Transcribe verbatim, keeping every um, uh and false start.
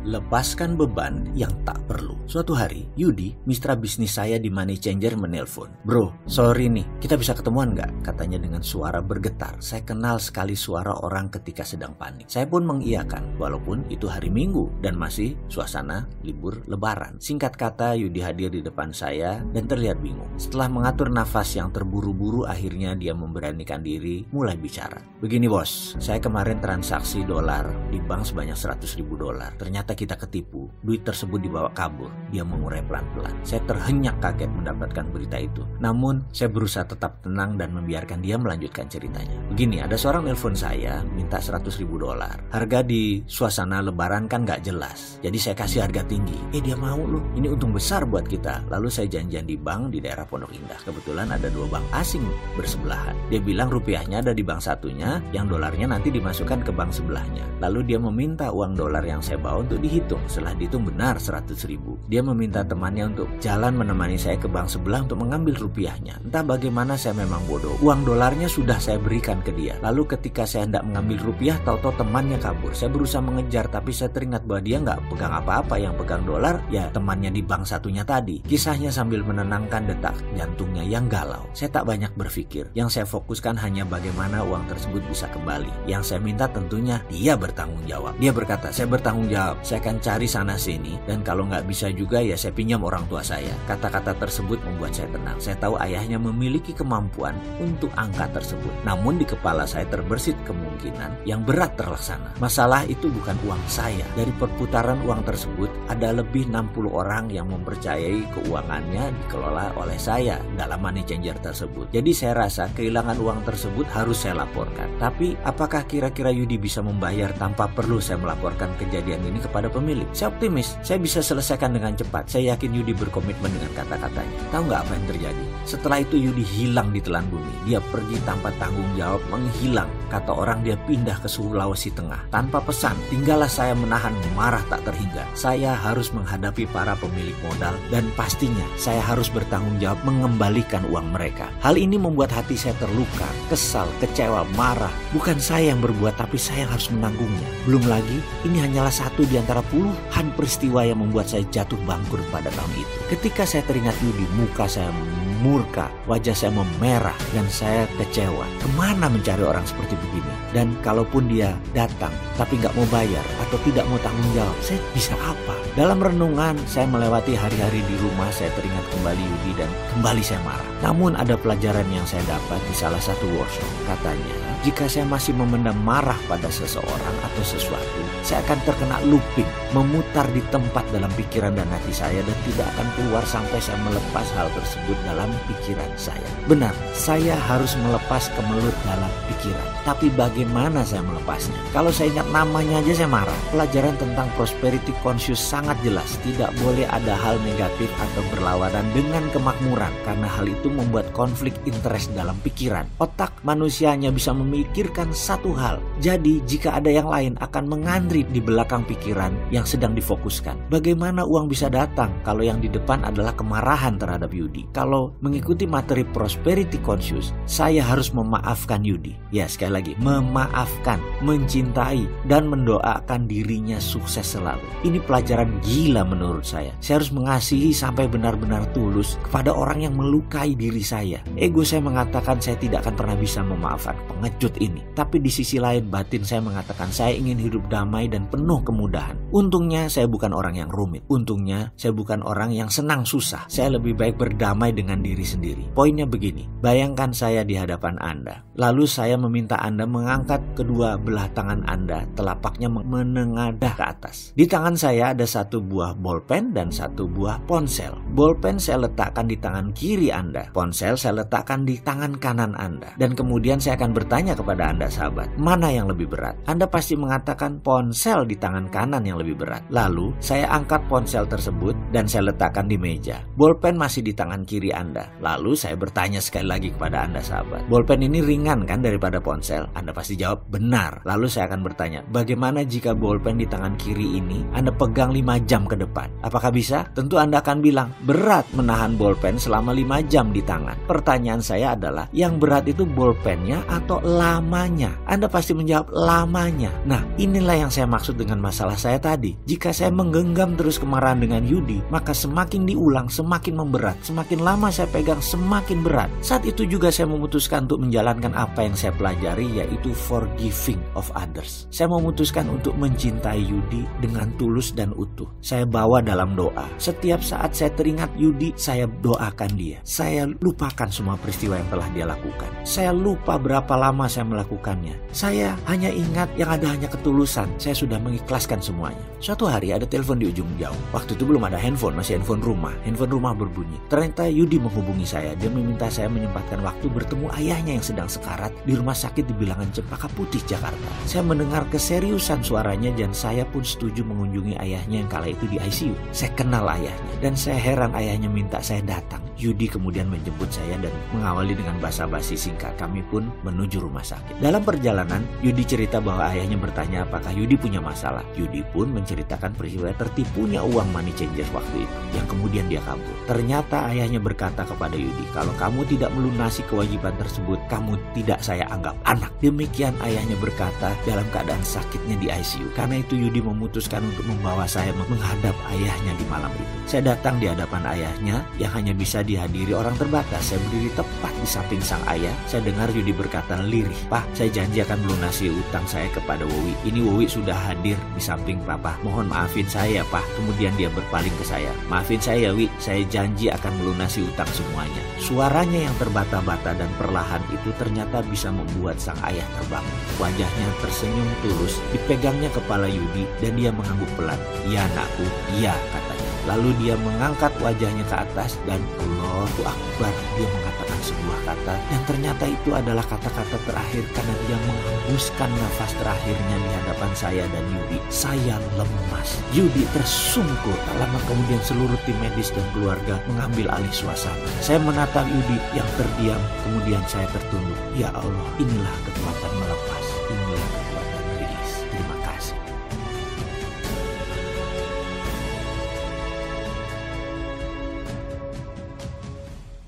Lepaskan beban yang tak perlu. Suatu hari, Yudi, mitra bisnis saya di Money Changer menelpon. Bro, sorry nih, kita bisa ketemuan nggak? Katanya dengan suara bergetar. Saya kenal sekali suara orang ketika sedang panik. Saya pun mengiyakan, walaupun itu hari Minggu dan masih suasana libur lebaran. Singkat kata, Yudi hadir di depan saya dan terlihat bingung. Setelah mengatur nafas yang terburu-buru, akhirnya dia memberanikan diri mulai bicara. Begini bos, saya kemarin transaksi dolar di bank sebanyak seratus ribu dolar. Ternyata kita ketipu, duit tersebut dibawa kabur. Dia mengurai pelan-pelan. Saya terhenyak kaget mendapatkan berita itu. Namun, saya berusaha tetap tenang dan membiarkan dia melanjutkan ceritanya. Begini, ada seorang nelpon saya minta seratus ribu dolar. Harga di suasana lebaran kan gak jelas. Jadi saya kasih harga tinggi. Eh dia mau loh, ini untung besar buat kita. Lalu saya janjian di bank di daerah Pondok Indah. Kebetulan ada dua bank asing bersebelahan. Dia bilang rupiahnya ada di bank satunya, yang dolarnya nanti dimasukkan ke bank sebelahnya. Lalu dia meminta uang dolar yang saya bawa untuk dihitung. Setelah dihitung benar seratus ribu. Dia meminta temannya untuk jalan menemani saya ke bank sebelah untuk mengambil rupiahnya. Entah bagaimana saya memang bodoh. Uang dolarnya sudah saya berikan ke dia. Lalu ketika saya hendak mengambil rupiah, tahu-tahu temannya kabur. Saya berusaha mengejar, tapi saya teringat bahwa dia nggak pegang apa-apa. Yang pegang dolar ya temannya di bank satunya tadi. Kisahnya sambil menenangkan detak jantungnya yang galau. Saya tak banyak berpikir. Yang saya fokuskan hanya bagaimana uang tersebut bisa kembali. Yang saya minta tentunya dia bertanggung jawab. Dia berkata, saya bertanggung jawab. Saya akan cari sana sini, dan kalau nggak bisa juga ya saya pinjam orang tua saya. Kata-kata tersebut membuat saya tenang. Saya tahu ayahnya memiliki kemampuan untuk angka tersebut. Namun di kepala saya terbersit kemungkinan yang berat terlaksana. Masalah itu bukan uang saya. Dari perputaran uang tersebut ada lebih enam puluh orang yang mempercayai keuangannya dikelola oleh saya dalam Money Changer tersebut. Jadi saya rasa kehilangan uang tersebut harus saya laporkan. Tapi apakah kira-kira Yudi bisa membayar tanpa perlu saya melaporkan kejadian ini kepada pemilik? Saya optimis saya bisa selesaikan dengan cepat. Saya yakin Yudi berkomitmen dengan kata-katanya. Tahu nggak apa yang terjadi? Setelah itu Yudi hilang di telan bumi. Dia pergi tanpa tanggung jawab, menghilang. Kata orang dia pindah ke Sulawesi Tengah. Tanpa pesan, tinggallah saya menahan marah tak terhingga. Saya harus menghadapi para pemilik modal dan pastinya saya harus bertanggung jawab mengembalikan uang mereka. Hal ini membuat hati saya terluka, kesal, kecewa, marah. Bukan saya yang berbuat, tapi saya yang harus menanggungnya. Belum lagi, ini hanyalah satu di antara puluhan peristiwa yang membuat saya jatuh bangkrut pada tahun itu. Ketika saya teringat Yudi, muka saya murka, wajah saya memerah, dan saya kecewa. Kemana mencari orang seperti begini? Dan kalaupun dia datang tapi nggak mau bayar atau tidak mau tanggung jawab, saya bisa apa? Dalam renungan, saya melewati hari-hari di rumah, saya teringat kembali Yudi dan kembali saya marah. Namun ada pelajaran yang saya dapat di salah satu workshop. Katanya, jika saya masih memendam marah pada seseorang atau sesuatu, saya akan terkena looping, memutar di tempat dalam pikiran dan hati saya dan tidak akan keluar sampai saya melepas hal tersebut dalam pikiran saya. Benar, saya harus melepas kemelut dalam pikiran. Tapi bagaimana saya melepasnya? Kalau saya ingat namanya aja saya marah. Pelajaran tentang prosperity conscious sangat jelas. Tidak boleh ada hal negatif atau berlawanan dengan kemakmuran, karena hal itu membuat konflik interest dalam pikiran. Otak manusia hanya bisa memikirkan satu hal. Jadi jika ada yang lain akan mengantri di belakang pikiran yang sedang difokuskan. Bagaimana uang bisa datang kalau yang di depan adalah kemarahan terhadap Yudi? Kalau mengikuti materi prosperity conscious, saya harus memaafkan Yudi. Ya, sekali lagi, memaafkan, mencintai, dan mendoakan dirinya sukses selalu. Ini pelajaran gila menurut saya. Saya harus mengasihi sampai benar-benar tulus kepada orang yang melukai diri saya. Ego saya mengatakan saya tidak akan pernah bisa memaafkan pengecut ini. Tapi di sisi lain batin saya mengatakan saya ingin hidup damai dan penuh kemudahan. Untungnya saya bukan orang yang rumit. Untungnya saya bukan orang yang senang susah. Saya lebih baik berdamai dengan diri sendiri. Poinnya begini, bayangkan saya di hadapan Anda. Lalu saya meminta Anda mengangkat kedua belah tangan Anda, telapaknya menengadah ke atas. Di tangan saya ada satu buah bolpen dan satu buah ponsel. Bolpen saya letakkan di tangan kiri Anda. Ponsel saya letakkan di tangan kanan Anda. Dan kemudian saya akan bertanya kepada Anda sahabat, mana yang lebih berat? Anda pasti mengatakan ponsel di tangan kanan yang lebih berat. Lalu saya angkat ponsel tersebut dan saya letakkan di meja. Bolpen masih di tangan kiri Anda. Lalu saya bertanya sekali lagi kepada Anda sahabat, bolpen ini ringan kan daripada ponsel? Anda pasti jawab benar. Lalu saya akan bertanya, bagaimana jika bolpen di tangan kiri ini Anda pegang lima jam ke depan? Apakah bisa? Tentu Anda akan bilang, berat menahan bolpen selama lima jam di tangan. Pertanyaan saya adalah, yang berat itu bolpennya atau lamanya. Anda pasti menjawab lamanya. Nah, inilah yang saya maksud dengan masalah saya tadi. Jika saya menggenggam terus kemarahan dengan Yudi, maka semakin diulang, semakin memberat. Semakin lama saya pegang, semakin berat. Saat itu juga saya memutuskan untuk menjalankan apa yang saya pelajari, yaitu forgiving of others. Saya memutuskan untuk mencintai Yudi dengan tulus dan utuh. Saya bawa dalam doa. Setiap saat saya teringat Yudi, saya doakan dia. Saya lupakan semua peristiwa yang telah dia lakukan. Saya lupa berapa lama saya melakukannya. Saya hanya ingat yang ada hanya ketulusan. Saya sudah mengikhlaskan semuanya. Suatu hari ada telepon di ujung jauh. Waktu itu belum ada handphone, masih handphone rumah. Handphone rumah berbunyi. Ternyata Yudi menghubungi saya. Dia meminta saya menyempatkan waktu bertemu ayahnya yang sedang sekarat di rumah sakit di Bilangan Cempaka Putih, Jakarta. Saya mendengar keseriusan suaranya dan saya pun setuju mengunjungi ayahnya yang kala itu di I C U. Saya kenal ayahnya dan saya heran ayahnya minta saya datang. Yudi kemudian menjemput saya dan mengawali dengan basa-basi singkat. Kami pun menuju rumah sakit. Dalam perjalanan, Yudi cerita bahwa ayahnya bertanya apakah Yudi punya masalah. Yudi pun menceritakan peristiwa tertipunya uang money changer waktu itu, yang kemudian dia kabur. Ternyata ayahnya berkata kepada Yudi, kalau kamu tidak melunasi kewajiban tersebut, kamu tidak saya anggap anak. Demikian ayahnya berkata dalam keadaan sakitnya di I C U. Karena itu Yudi memutuskan untuk membawa saya menghadap ayahnya di malam itu. Saya datang di hadapan ayahnya yang hanya bisa dihadiri orang terbatas. Saya berdiri tepat di samping sang ayah. Saya dengar Yudi berkata lirih, "Pak, saya janji akan melunasi utang saya kepada Wowi. Ini Wowi sudah hadir di samping Papa. Mohon maafin saya, Pak." Kemudian dia berpaling ke saya. "Maafin saya, Wi. Saya janji akan melunasi utang semuanya." Suaranya yang terbata-bata dan perlahan itu ternyata bisa membuat sang ayah terbangun. Wajahnya tersenyum tulus, dipegangnya kepala Yudi dan dia mengangguk pelan. "Ya, anakku, iya," katanya. Lalu dia mengangkat wajahnya ke atas dan Allahu Akbar, dia mengatakan sebuah kata dan ternyata itu adalah kata-kata terakhir karena dia menghembuskan nafas terakhirnya di hadapan saya dan Yudi. Saya lemas. Yudi tersungkur. Tak lama kemudian seluruh tim medis dan keluarga mengambil alih suasana. Saya menatap Yudi yang terdiam, kemudian saya tertunduk. Ya Allah, inilah kekuatan melepas.